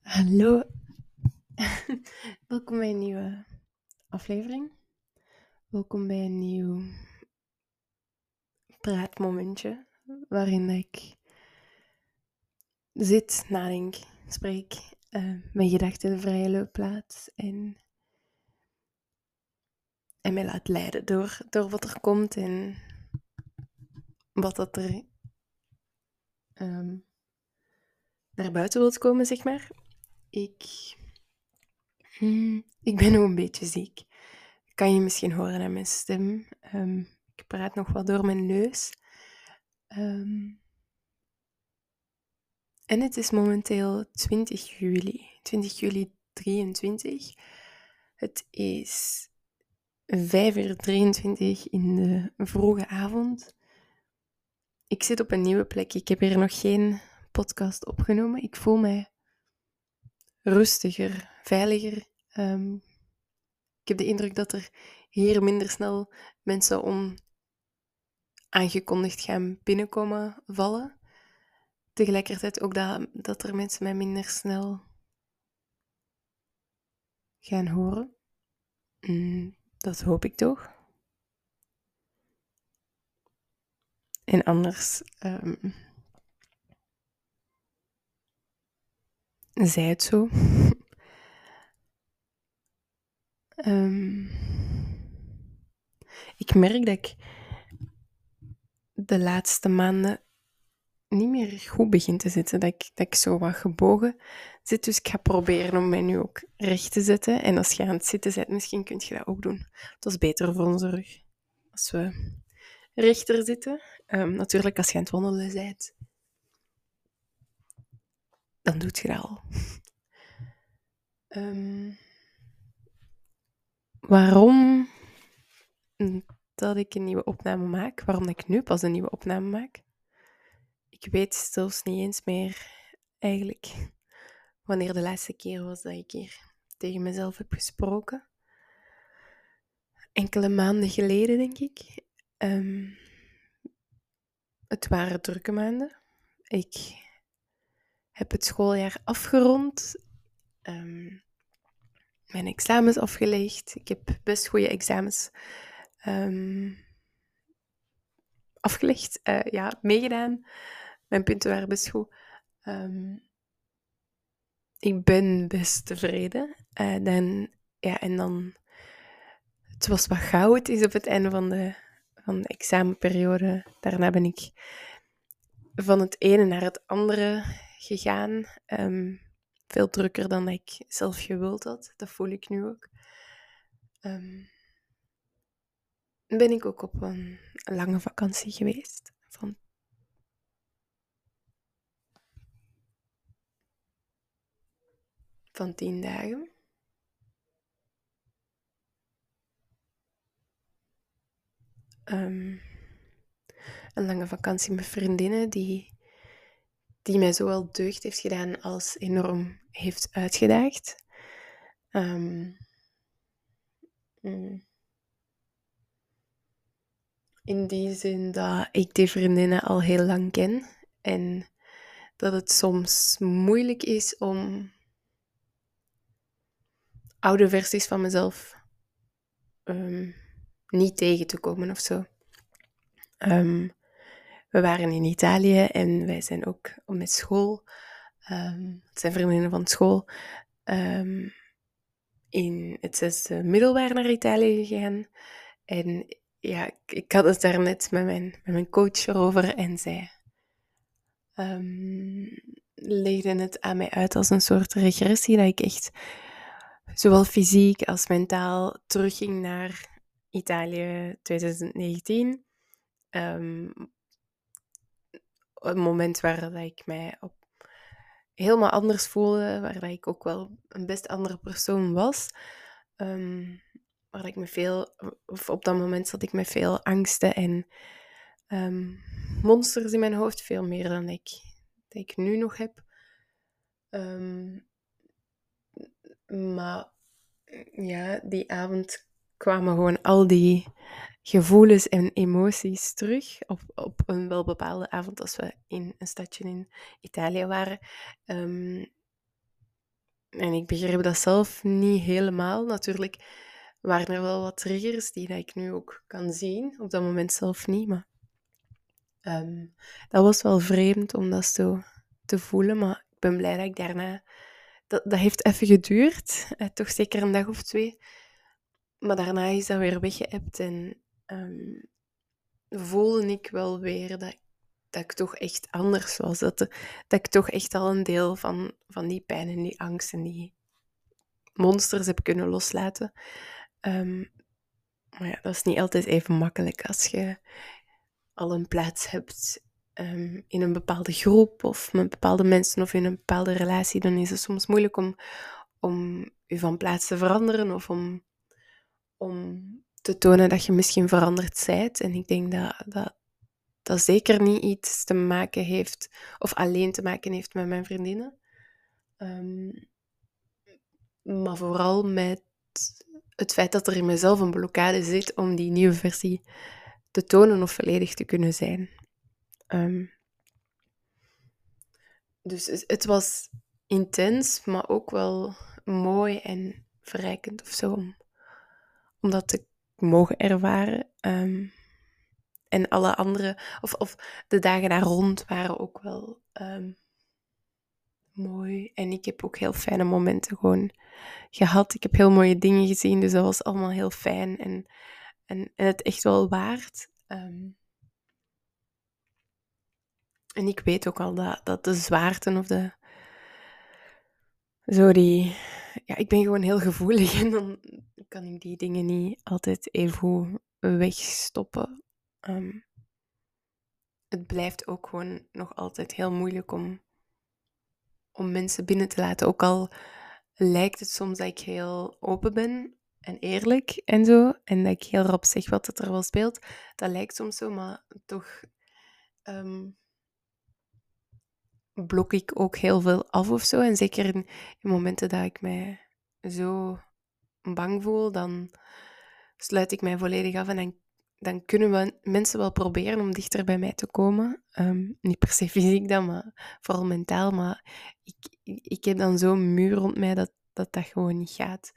Hallo, welkom bij een nieuwe aflevering. Welkom bij een nieuw praatmomentje waarin ik zit, nadenk, spreek, mijn gedachten de vrije loop laat en mij laat leiden door wat er komt en wat dat er naar buiten wilt komen, zeg maar. Ik ben nog een beetje ziek. Kan je misschien horen aan mijn stem. Ik praat nog wel door mijn neus. En het is momenteel 20 juli 23. Het is 5:23 in de vroege avond. Ik zit op een nieuwe plek. Ik heb hier nog geen podcast opgenomen. Ik voel mij rustiger, veiliger. Ik heb de indruk dat er hier minder snel mensen onaangekondigd gaan binnenkomen vallen. Tegelijkertijd ook dat er mensen mij minder snel gaan horen. Dat hoop ik toch. En anders zij het zo. Ik merk dat ik de laatste maanden niet meer goed begin te zitten. Dat ik zo wat gebogen zit. Dus ik ga proberen om mij nu ook recht te zetten. En als je aan het zitten bent, misschien kun je dat ook doen. Dat is beter voor onze rug. Als we rechter zitten. Natuurlijk, als je aan het wandelen bent, dan doe je dat al. Waarom dat ik een nieuwe opname maak? Waarom dat ik nu pas een nieuwe opname maak? Ik weet zelfs niet eens meer eigenlijk wanneer de laatste keer was dat ik hier tegen mezelf heb gesproken. Enkele maanden geleden, denk ik. Het waren drukke maanden. Ik heb het schooljaar afgerond. Mijn examens afgelegd. Ik heb best goede examens afgelegd. Meegedaan. Mijn punten waren best goed. Ik ben best tevreden. En dan... Het was wat chaotisch op het einde van de examenperiode. Daarna ben ik van het ene naar het andere gegaan. Veel drukker dan ik zelf gewild had. Dat voel ik nu ook. Ben ik ook op een lange vakantie geweest. Van 10 dagen. Een lange vakantie met vriendinnen die mij zowel deugd heeft gedaan als enorm heeft uitgedaagd. In die zin dat ik die vriendinnen al heel lang ken en dat het soms moeilijk is om oude versies van mezelf niet tegen te komen of zo. We waren in Italië en wij zijn ook met school, het zijn vriendinnen van school, in het 6e middelbaar naar Italië gegaan. En ja, ik had het daar net met mijn coach erover en zij legde het aan mij uit als een soort regressie, dat ik echt zowel fysiek als mentaal terugging naar Italië 2019. Een moment waar dat ik mij helemaal anders voelde, waar dat ik ook wel een best andere persoon was. Waar ik op dat moment zat ik met veel angsten en monsters in mijn hoofd, veel meer dan ik nu nog heb. Maar ja, die avond kwamen gewoon al die gevoelens en emoties terug. Op een wel bepaalde avond als we in een stadje in Italië waren. En ik begreep dat zelf niet helemaal. Natuurlijk waren er wel wat triggers die dat ik nu ook kan zien. Op dat moment zelf niet, maar ehm, dat was wel vreemd om dat zo te voelen. Maar ik ben blij dat ik daarna... Dat heeft even geduurd, toch zeker een dag of 2. Maar daarna is dat weer weggeëpt en voelde ik wel weer dat ik toch echt anders was. Dat ik toch echt al een deel van die pijn en die angst en die monsters heb kunnen loslaten. Ehm, maar ja, dat is niet altijd even makkelijk als je al een plaats hebt in een bepaalde groep of met bepaalde mensen of in een bepaalde relatie. Dan is het soms moeilijk om je van plaats te veranderen of om te tonen dat je misschien veranderd bent. En ik denk dat zeker niet iets te maken heeft, of alleen te maken heeft met mijn vriendinnen. Ehm, maar vooral met het feit dat er in mezelf een blokkade zit om die nieuwe versie te tonen of volledig te kunnen zijn. Dus het was intens, maar ook wel mooi en verrijkend of zo om dat te mogen ervaren. En alle andere, of de dagen daar rond waren ook wel mooi. En ik heb ook heel fijne momenten gewoon gehad. Ik heb heel mooie dingen gezien, dus dat was allemaal heel fijn en het echt wel waard. En ik weet ook al dat de zwaarten of ja, ik ben gewoon heel gevoelig en dan kan ik die dingen niet altijd even goed wegstoppen. Het blijft ook gewoon nog altijd heel moeilijk om mensen binnen te laten. Ook al lijkt het soms dat ik heel open ben en eerlijk en zo. En dat ik heel rap zeg wat er wel speelt. Dat lijkt soms zo, maar toch blok ik ook heel veel af of zo. En zeker in momenten dat ik mij zo bang voel, dan sluit ik mij volledig af en dan kunnen mensen wel proberen om dichter bij mij te komen. Niet per se fysiek dan, maar vooral mentaal. Maar ik heb dan zo'n muur rond mij dat gewoon niet gaat.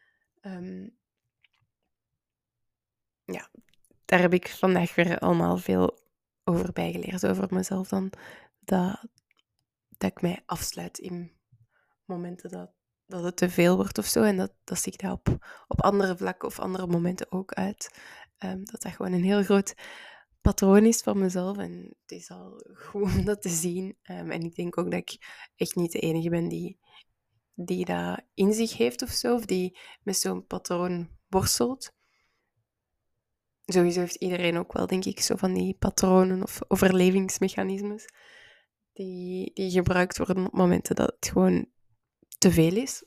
Ja, daar heb ik vandaag weer allemaal veel over bijgeleerd, over mezelf dan. Dat ik mij afsluit in momenten dat het te veel wordt of zo. En dat zie ik daar op andere vlakken of andere momenten ook uit. Dat gewoon een heel groot patroon is van mezelf. En het is al goed om dat te zien. En ik denk ook dat ik echt niet de enige ben die dat in zich heeft of zo. Of die met zo'n patroon worstelt. Sowieso heeft iedereen ook wel, denk ik, zo van die patronen of overlevingsmechanismes die gebruikt worden op momenten dat het gewoon te veel is.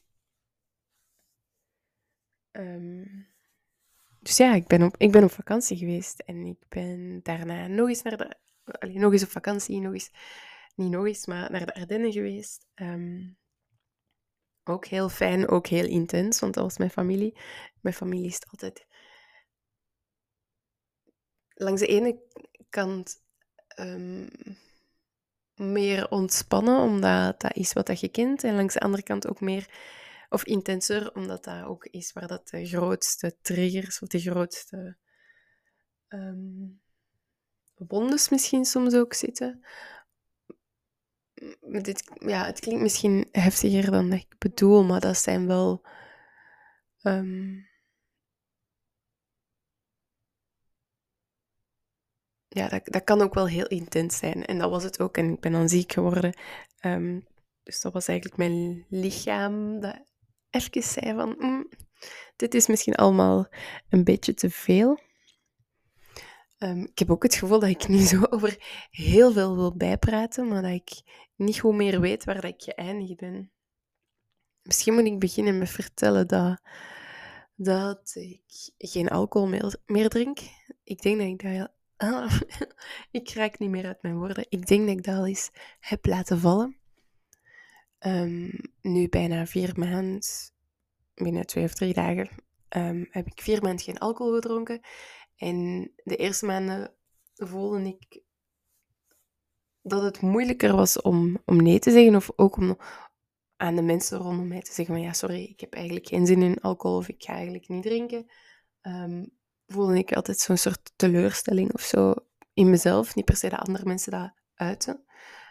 Dus ja, ik ben op vakantie geweest en ik ben daarna nog eens nog eens op vakantie, niet nog eens, maar naar de Ardennen geweest. Ook heel fijn, ook heel intens, want dat was mijn familie. Mijn familie is altijd langs de ene kant meer ontspannen, omdat dat is wat dat je kent. En langs de andere kant ook meer of intenser, omdat dat ook is waar dat de grootste triggers of de grootste wondes misschien soms ook zitten. Ja, het klinkt misschien heftiger dan dat ik bedoel, maar dat zijn wel... ja, dat kan ook wel heel intens zijn. En dat was het ook. En ik ben dan ziek geworden. Dus dat was eigenlijk mijn lichaam dat even zei van... dit is misschien allemaal een beetje te veel. Ik heb ook het gevoel dat ik niet zo over heel veel wil bijpraten, maar dat ik niet goed meer weet waar dat ik geëindigd ben. Misschien moet ik beginnen met vertellen dat ik geen alcohol meer drink. Ik denk dat ik dat... ik raak niet meer uit mijn woorden. Ik denk dat ik dat al eens heb laten vallen. Nu bijna 4 maanden, binnen 2 of 3 dagen, heb ik 4 maanden geen alcohol gedronken. En de eerste maanden voelde ik dat het moeilijker was om nee te zeggen. Of ook aan de mensen rondom mij te zeggen van ja, sorry, ik heb eigenlijk geen zin in alcohol of ik ga eigenlijk niet drinken, voelde ik altijd zo'n soort teleurstelling of zo in mezelf. Niet per se dat andere mensen dat uiten.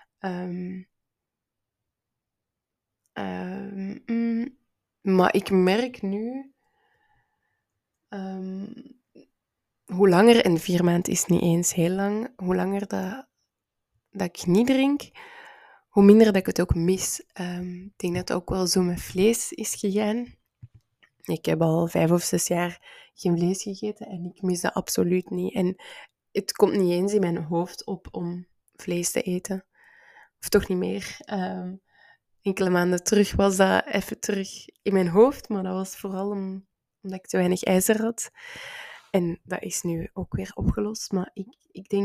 Maar ik merk nu, hoe langer, en 4 maanden is niet eens heel lang, hoe langer dat ik niet drink, hoe minder dat ik het ook mis. Ik denk dat het ook wel zo met vlees is gegaan. Ik heb al 5 of 6 jaar geen vlees gegeten en ik mis dat absoluut niet. En het komt niet eens in mijn hoofd op om vlees te eten. Of toch niet meer. Enkele maanden terug was dat even terug in mijn hoofd, maar dat was vooral omdat ik te weinig ijzer had. En dat is nu ook weer opgelost. Maar ik denk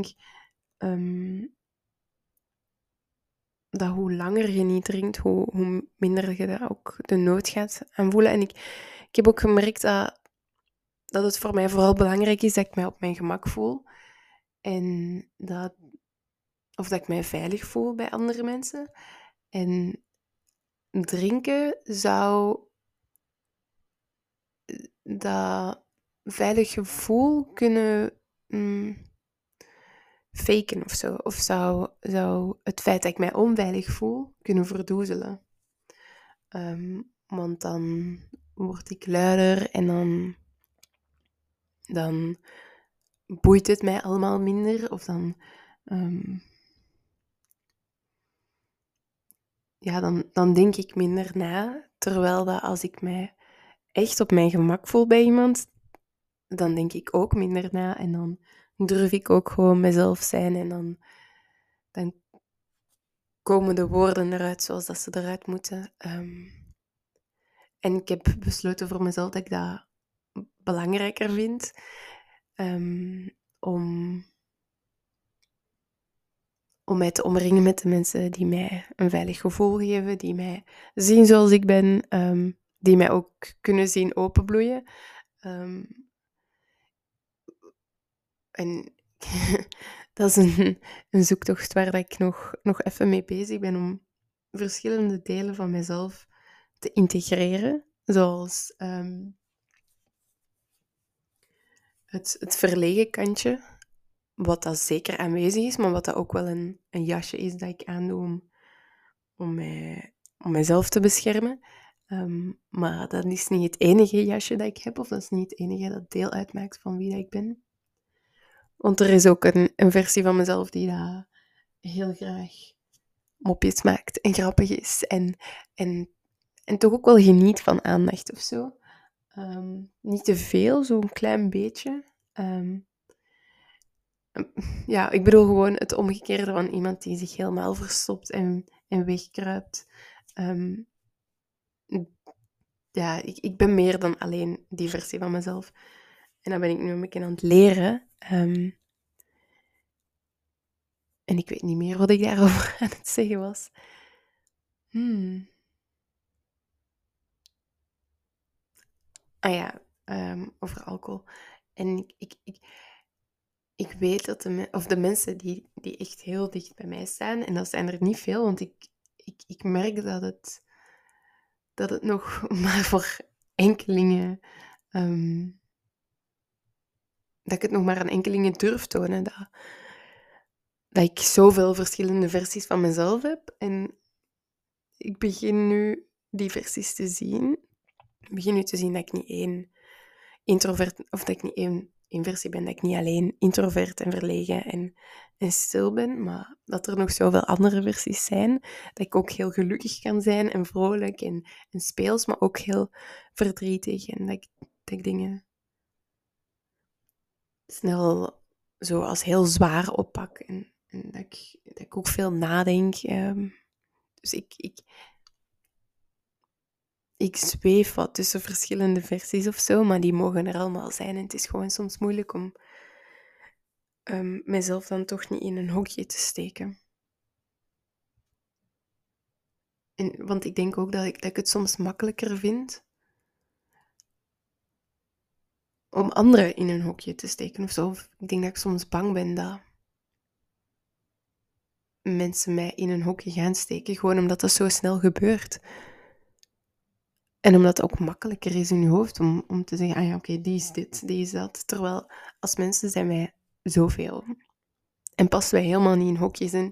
dat hoe langer je niet drinkt, hoe minder je daar ook de nood gaat aan voelen. En ik heb ook gemerkt dat het voor mij vooral belangrijk is dat ik mij op mijn gemak voel. En of dat ik mij veilig voel bij andere mensen. En drinken zou dat veilig gevoel kunnen faken of zo. Of zou het feit dat ik mij onveilig voel kunnen verdoezelen. Want dan word ik luider en dan boeit het mij allemaal minder. Of dan denk ik minder na. Terwijl dat als ik mij echt op mijn gemak voel bij iemand, dan denk ik ook minder na. En dan durf ik ook gewoon mezelf zijn. En dan komen de woorden eruit zoals dat ze eruit moeten. En ik heb besloten voor mezelf dat ik dat belangrijker vind. Om mij te omringen met de mensen die mij een veilig gevoel geven, die mij zien zoals ik ben, die mij ook kunnen zien openbloeien. En dat is een zoektocht waar ik nog even mee bezig ben om verschillende delen van mezelf te integreren. Zoals het verlegen kantje, wat dat zeker aanwezig is, maar wat dat ook wel een jasje is dat ik aandoe om mijzelf te beschermen. Maar dat is niet het enige jasje dat ik heb, of dat is niet het enige dat deel uitmaakt van wie dat ik ben. Want er is ook een versie van mezelf die dat heel graag mopjes maakt en grappig is. En toch ook wel geniet van aandacht of zo. Niet te veel, zo'n klein beetje. Ja, ik bedoel gewoon het omgekeerde van iemand die zich helemaal verstopt en wegkruipt. Ja, ik ben meer dan alleen die versie van mezelf. En dat ben ik nu een beetje aan het leren. En ik weet niet meer wat ik daarover aan het zeggen was. Ah ja, over alcohol. En ik weet dat de mensen die echt heel dicht bij mij staan, en dat zijn er niet veel, want ik merk dat het nog maar voor enkelingen, dat ik het nog maar aan enkelingen durf tonen, dat ik zoveel verschillende versies van mezelf heb. En ik begin nu die versies te zien. Ik begin nu te zien dat ik niet één introvert, of dat ik niet één versie ben, dat ik niet alleen introvert en verlegen en stil ben, maar dat er nog zoveel andere versies zijn, dat ik ook heel gelukkig kan zijn en vrolijk en speels, maar ook heel verdrietig en dat ik dingen snel zo als heel zwaar oppak en dat ik ook veel nadenk. Dus ik zweef wat tussen verschillende versies of zo, maar die mogen er allemaal zijn. En het is gewoon soms moeilijk om mezelf dan toch niet in een hokje te steken. Want ik denk ook dat ik het soms makkelijker vind om anderen in een hokje te steken of zo. Of ik denk dat ik soms bang ben dat mensen mij in een hokje gaan steken, gewoon omdat dat zo snel gebeurt. En omdat het ook makkelijker is in je hoofd om te zeggen, ah ja, oké, die is dit, die is dat. Terwijl als mensen zijn wij zoveel. En passen wij helemaal niet in hokjes in.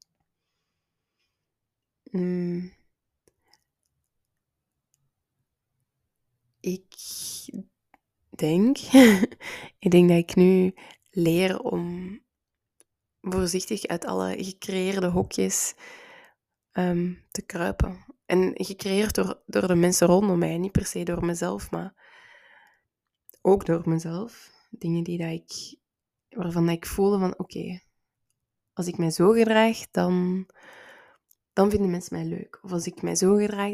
Ik denk, ik denk dat ik nu leer om voorzichtig uit alle gecreëerde hokjes te kruipen. En gecreëerd door de mensen rondom mij, niet per se door mezelf, maar ook door mezelf. Dingen waarvan ik voelde van, oké, als ik mij zo gedraag, dan vinden mensen mij leuk. Of als ik mij zo gedraag,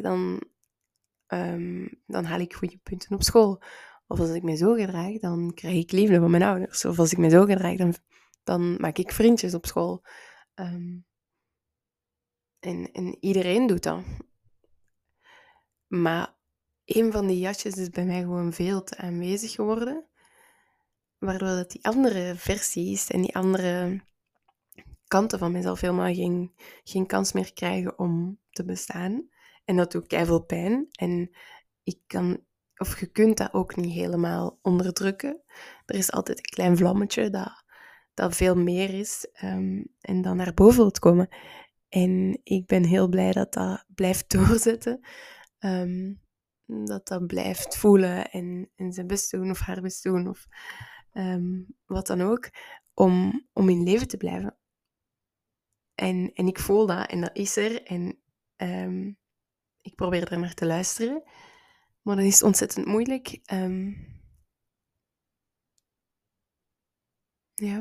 dan haal ik goede punten op school. Of als ik mij zo gedraag, dan krijg ik liefde van mijn ouders. Of als ik mij zo gedraag, dan maak ik vriendjes op school. En iedereen doet dat. Maar een van die jasjes is bij mij gewoon veel te aanwezig geworden. Waardoor dat die andere versies en die andere kanten van mezelf helemaal geen kans meer krijgen om te bestaan. En dat doet keiveel pijn. En je kunt dat ook niet helemaal onderdrukken. Er is altijd een klein vlammetje dat veel meer is en dan naar boven wilt komen. En ik ben heel blij dat dat blijft doorzetten. Dat blijft voelen en zijn best doen of haar best doen of wat dan ook. Om in leven te blijven. En ik voel dat en dat is er. En ik probeer er naar te luisteren. Maar dat is ontzettend moeilijk. Ja.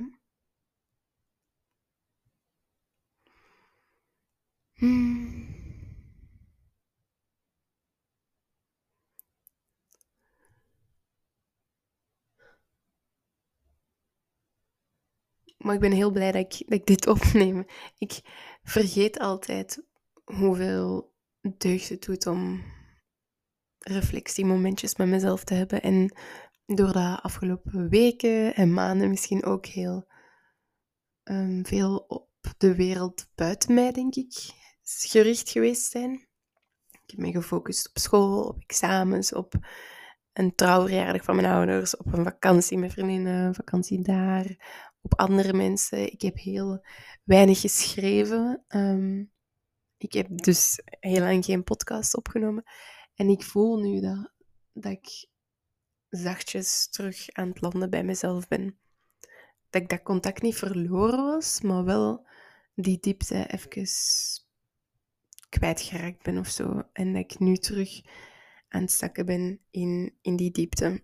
Maar ik ben heel blij dat ik dit opneem. Ik vergeet altijd hoeveel deugd het doet om reflectiemomentjes met mezelf te hebben. En door de afgelopen weken en maanden misschien ook heel veel op de wereld buiten mij, denk ik, gericht geweest zijn. Ik heb me gefocust op school, op examens, op een trouwverjaardag van mijn ouders, op een vakantie met vriendinnen, een vakantie daar, op andere mensen. Ik heb heel weinig geschreven. Ik heb dus heel lang geen podcast opgenomen. En ik voel nu dat ik zachtjes terug aan het landen bij mezelf ben. Dat ik dat contact niet verloren was, maar wel die diepte even kwijtgeraakt ben of zo. En dat ik nu terug aan het zakken ben in die diepte.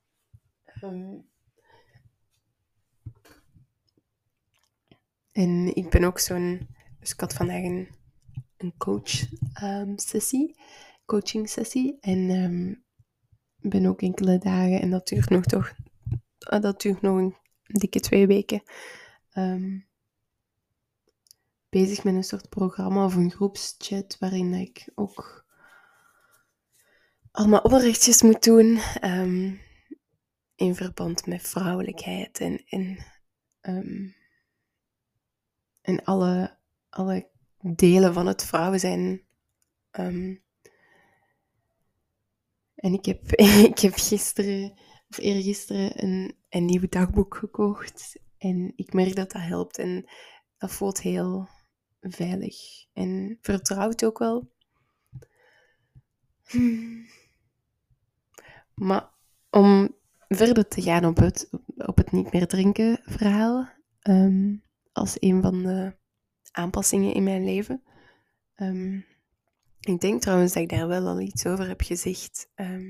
En ik ben ook dus ik had vandaag een coaching sessie. En ben ook enkele dagen, en dat duurt nog een dikke 2 weken, bezig met een soort programma of een groepschat waarin ik ook allemaal opdrachtjes moet doen in verband met vrouwelijkheid en alle delen van het vrouw zijn. En ik heb, ik heb gisteren of eergisteren een nieuw dagboek gekocht. En ik merk dat dat helpt. En dat voelt heel veilig. En vertrouwd ook wel. Maar om verder te gaan op het niet meer drinken verhaal. Als een van de aanpassingen in mijn leven. Ik denk trouwens dat ik daar wel al iets over heb gezegd.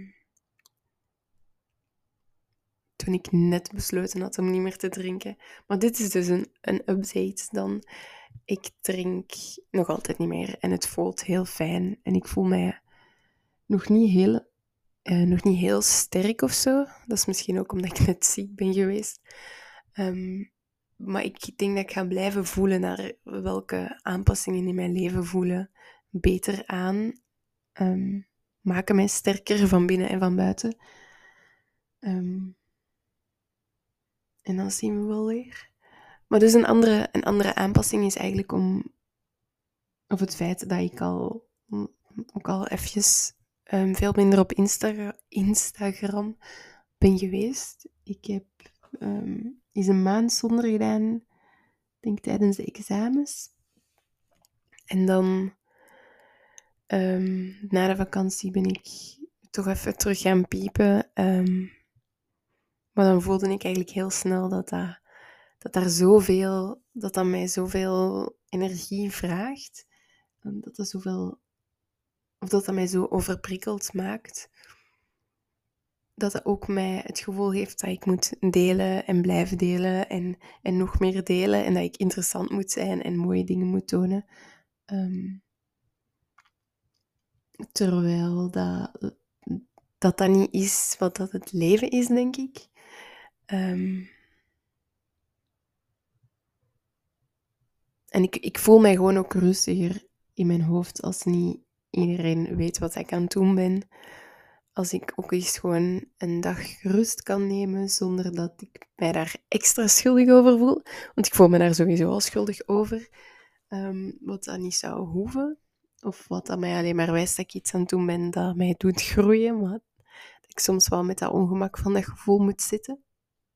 Toen ik net besloten had om niet meer te drinken. Maar dit is dus een update dan. Ik drink nog altijd niet meer en het voelt heel fijn. En ik voel mij nog niet heel sterk of zo. Dat is misschien ook omdat ik net ziek ben geweest. Maar ik denk dat ik ga blijven voelen naar welke aanpassingen in mijn leven voelen beter aan. Maken mij sterker van binnen en van buiten. En dan zien we wel weer. Maar dus een andere aanpassing is eigenlijk of het feit dat ik ook al eventjes veel minder op Instagram ben geweest. Ik heb eens een maand zonder gedaan, ik denk tijdens de examens. En dan na de vakantie ben ik toch even terug gaan piepen. Maar dan voelde ik eigenlijk heel snel dat mij zoveel energie vraagt. Dat mij zo overprikkeld maakt. Dat ook mij het gevoel heeft dat ik moet delen en blijven delen en nog meer delen. En dat ik interessant moet zijn en mooie dingen moet tonen. Terwijl dat niet is wat dat het leven is, denk ik. En ik voel mij gewoon ook rustiger in mijn hoofd als niet iedereen weet wat ik aan het doen ben. Als ik ook eens gewoon een dag rust kan nemen zonder dat ik mij daar extra schuldig over voel. Want ik voel me daar sowieso al schuldig over. Wat dat niet zou hoeven. Of wat dat mij alleen maar wijst dat ik iets aan het doen ben dat mij doet groeien. Maar dat ik soms wel met dat ongemak van dat gevoel moet zitten.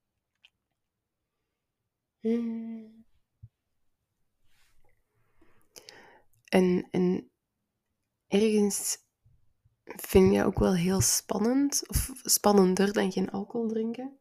En ergens vind ik dat ook wel heel spannend. Of spannender dan geen alcohol drinken.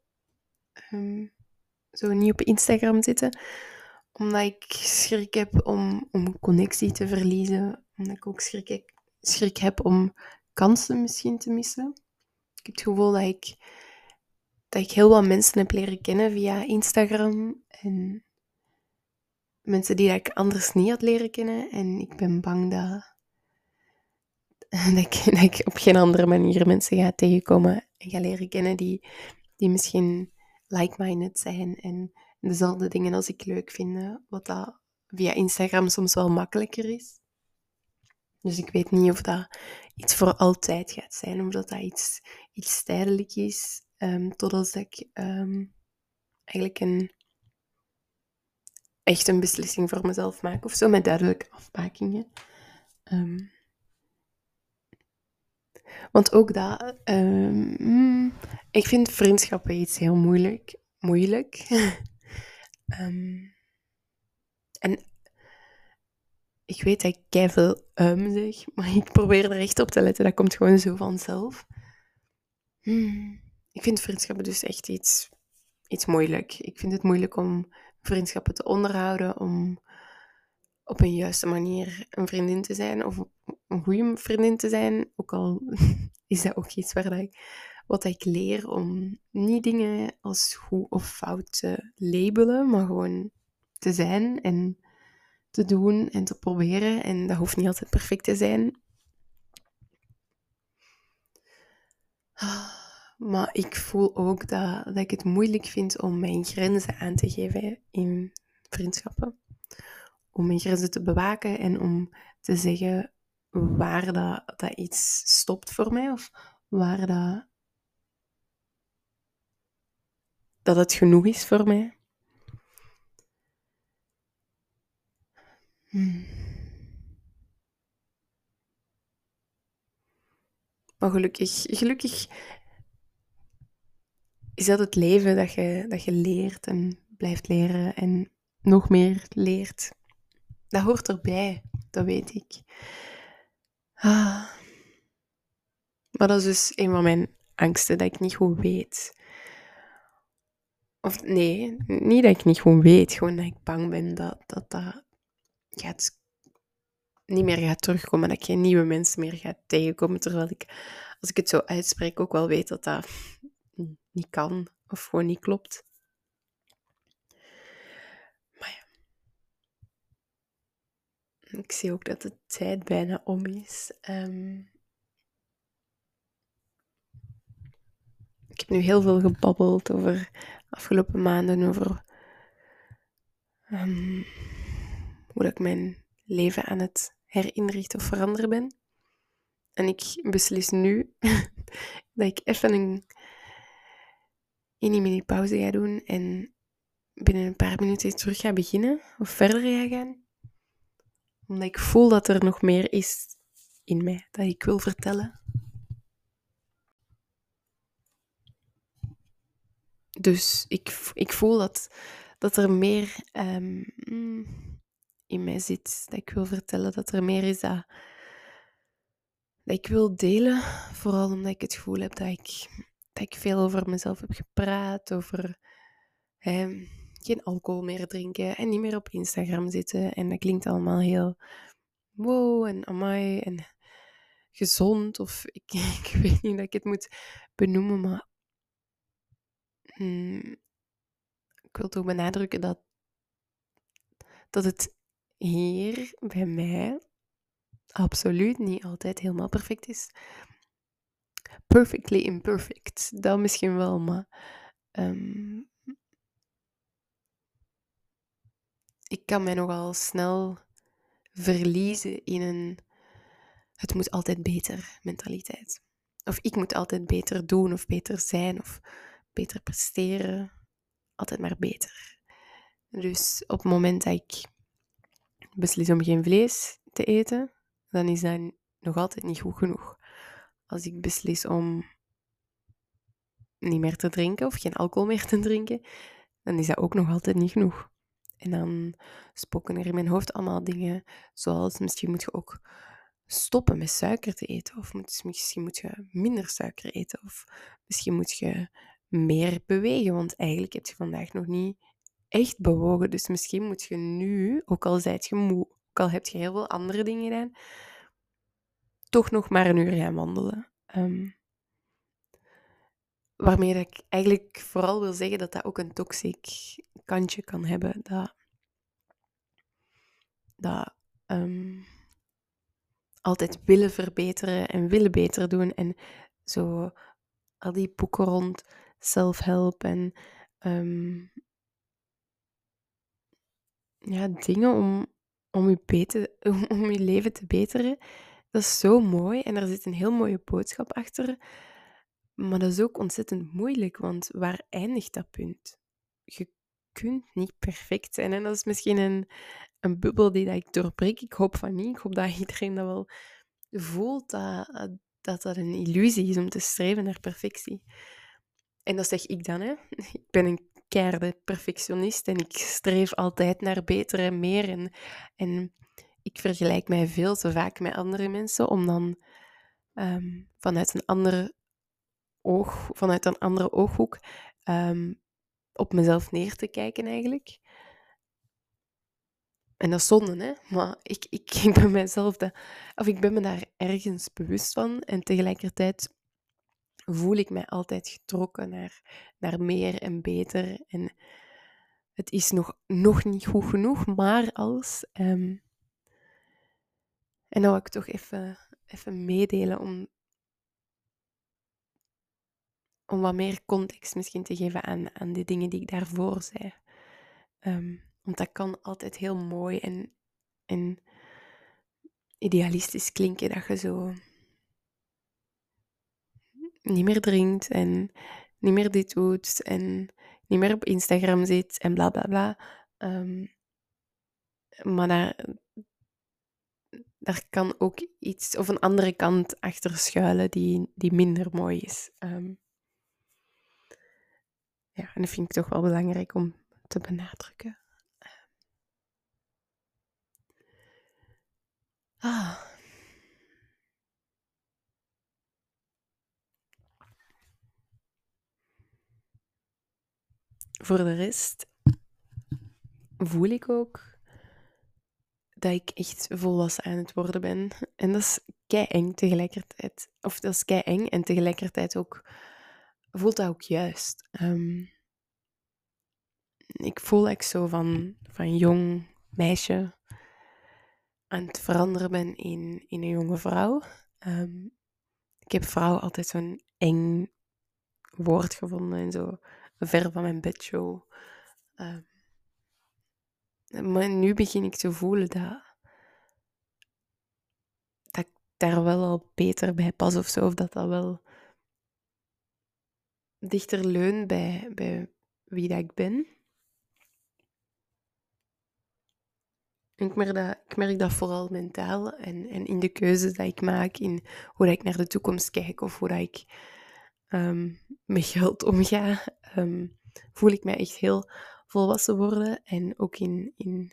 Zo niet op Instagram zitten. Omdat ik schrik heb om connectie te verliezen. Omdat ik ook schrik heb om kansen misschien te missen. Ik heb het gevoel dat ik heel wat mensen heb leren kennen via Instagram. En mensen die ik anders niet had leren kennen. En ik ben bang dat ik op geen andere manier mensen ga tegenkomen en ga leren kennen die misschien like-minded zijn en dezelfde dingen als ik leuk vinden, wat dat via Instagram soms wel makkelijker is. Dus ik weet niet of dat iets voor altijd gaat zijn, of dat iets tijdelijk is, totdat ik eigenlijk echt een beslissing voor mezelf maak, of zo, met duidelijke afbakingen. Want ook dat, ik vind vriendschappen iets heel moeilijk. En ik weet dat ik keiveel zeg, maar ik probeer er echt op te letten. Dat komt gewoon zo vanzelf. Ik vind vriendschappen dus echt iets moeilijk. Ik vind het moeilijk om vriendschappen te onderhouden, om op een juiste manier een vriendin te zijn, of een goede vriendin te zijn. Ook al is dat ook iets wat ik leer, om niet dingen als goed of fout te labelen, maar gewoon te zijn en te doen en te proberen. En dat hoeft niet altijd perfect te zijn. Maar ik voel ook dat ik het moeilijk vind om mijn grenzen aan te geven in vriendschappen. Om mijn grenzen te bewaken en om te zeggen waar dat iets stopt voor mij, of waar dat het genoeg is voor mij. Maar gelukkig is dat het leven dat je leert en blijft leren en nog meer leert. Dat hoort erbij, dat weet ik. Maar dat is dus een van mijn angsten, dat ik niet goed weet. Of nee, niet dat ik niet goed weet, gewoon dat ik bang ben dat niet meer gaat terugkomen, dat ik geen nieuwe mensen meer ga tegenkomen, terwijl ik, als ik het zo uitspreek, ook wel weet dat niet kan, of gewoon niet klopt. Maar ja, ik zie ook dat de tijd bijna om is. Ik heb nu heel veel gebabbeld over de afgelopen maanden, over hoe dat ik mijn leven aan het herinrichten of veranderen ben. En ik beslis nu dat ik even een mini pauze ga doen en binnen een paar minuten terug ga beginnen of verder ga gaan. Omdat ik voel dat er nog meer is in mij dat ik wil vertellen. Dus ik voel dat er meer in mij zit, dat ik wil vertellen, dat er meer is dat ik wil delen. Vooral omdat ik het gevoel heb dat ik veel over mezelf heb gepraat, over geen alcohol meer drinken en niet meer op Instagram zitten. En dat klinkt allemaal heel wow en amai en gezond. Of ik weet niet dat ik het moet benoemen, maar ik wil toch benadrukken dat het hier bij mij absoluut niet altijd helemaal perfect is. Perfectly imperfect, dat misschien wel, maar ik kan mij nogal snel verliezen in een het moet altijd beter mentaliteit. Of ik moet altijd beter doen of beter zijn of beter presteren. Altijd maar beter. Dus op het moment dat ik beslis om geen vlees te eten, dan is dat nog altijd niet goed genoeg. Als ik beslis om niet meer te drinken of geen alcohol meer te drinken, dan is dat ook nog altijd niet genoeg. En dan spoken er in mijn hoofd allemaal dingen zoals misschien moet je ook stoppen met suiker te eten. Of misschien moet je minder suiker eten. Of misschien moet je meer bewegen, want eigenlijk heb je vandaag nog niet echt bewogen. Dus misschien moet je nu, ook al zijt je moe, ook al heb je heel veel andere dingen gedaan, toch nog maar een uur gaan wandelen. Waarmee dat ik eigenlijk vooral wil zeggen dat dat ook een toxic kantje kan hebben. Dat altijd willen verbeteren en willen beter doen. En zo al die boeken rond self-help en dingen om om je leven te beteren. Dat is zo mooi en er zit een heel mooie boodschap achter. Maar dat is ook ontzettend moeilijk, want waar eindigt dat punt? Je kunt niet perfect zijn. En dat is misschien een bubbel die dat ik doorbreek. Ik hoop van niet. Ik hoop dat iedereen dat wel voelt, dat een illusie is om te streven naar perfectie. En dat zeg ik dan, hè. Ik ben een keiharde perfectionist en ik streef altijd naar beter en meer. En ik vergelijk mij veel te vaak met andere mensen om dan vanuit een andere ooghoek op mezelf neer te kijken eigenlijk. En dat is zonde, hè? Maar ik ben mezelf ik ben me daar ergens bewust van. En tegelijkertijd voel ik mij altijd getrokken naar meer en beter. En het is nog niet goed genoeg, maar als... en dan wil ik toch even meedelen om wat meer context misschien te geven aan de dingen die ik daarvoor zei. Want dat kan altijd heel mooi en idealistisch klinken, dat je zo niet meer drinkt en niet meer dit doet en niet meer op Instagram zit en bla bla bla. Maar daar kan ook iets of een andere kant achter schuilen die minder mooi is. Ja, en dat vind ik toch wel belangrijk om te benadrukken. Voor de rest voel ik ook dat ik echt volwassen aan het worden ben. En dat is kei-eng tegelijkertijd. Of dat is kei-eng en tegelijkertijd ook voelt dat ook juist. Ik voel dat ik zo van jong meisje aan het veranderen ben in een jonge vrouw. Ik heb vrouw altijd zo'n eng woord gevonden en zo ver van mijn bedshow. Maar nu begin ik te voelen dat ik daar wel al beter bij pas of zo. Of dat wel dichter leunt bij wie dat ik ben. En ik merk dat vooral mentaal en in de keuzes die ik maak, in hoe dat ik naar de toekomst kijk of hoe dat ik met geld omga. voel ik mij echt heel volwassen worden. En ook in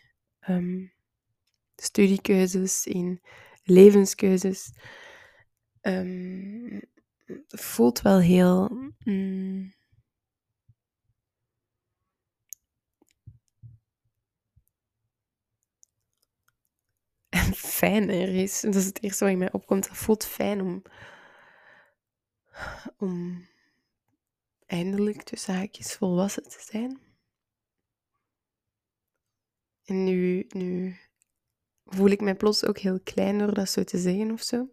studiekeuzes, in levenskeuzes. Het voelt wel heel fijn ergens. Dat is het eerste wat in mij opkomt. Het voelt fijn om eindelijk tussen haakjes volwassen te zijn. En nu voel ik mij plots ook heel klein door dat zo te zeggen of zo.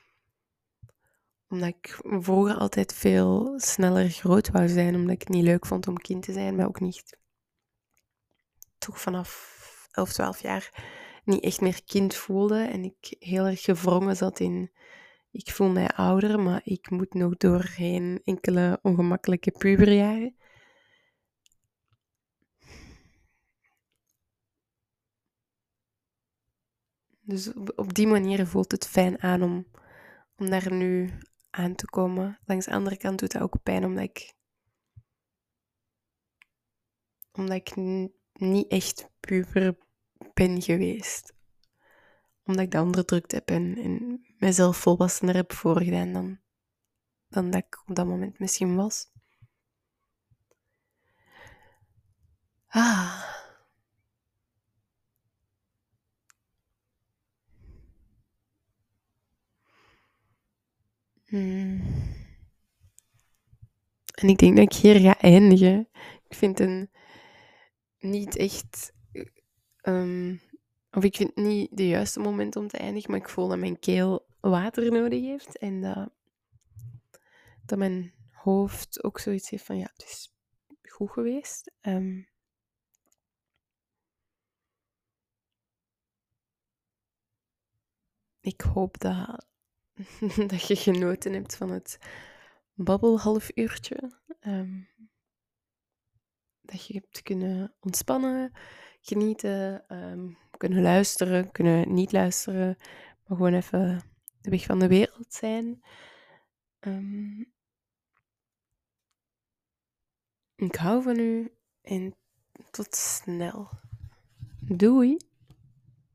Omdat ik vroeger altijd veel sneller groot wou zijn, omdat ik het niet leuk vond om kind te zijn, maar ook niet, toch vanaf 11, 12 jaar, niet echt meer kind voelde. En ik heel erg gewrongen zat in, ik voel mij ouder, maar ik moet nog doorheen enkele ongemakkelijke puberjaren. Dus op die manier voelt het fijn aan om daar nu aan te komen. Langs de andere kant doet dat ook pijn, omdat ik niet echt puber ben geweest. Omdat ik dat onderdrukt heb en mezelf volwassener heb voorgedaan dan dat ik op dat moment misschien was. Ah. En ik denk dat ik hier ga eindigen. Ik vind het niet echt... of ik vind het niet de juiste moment om te eindigen, maar ik voel dat mijn keel water nodig heeft. En dat mijn hoofd ook zoiets heeft van, ja, het is goed geweest. Ik hoop dat, dat je genoten hebt van het babbelhalfuurtje. Dat je hebt kunnen ontspannen, genieten, kunnen luisteren, kunnen niet luisteren, maar gewoon even de weg van de wereld zijn. Ik hou van u en tot snel. Doei!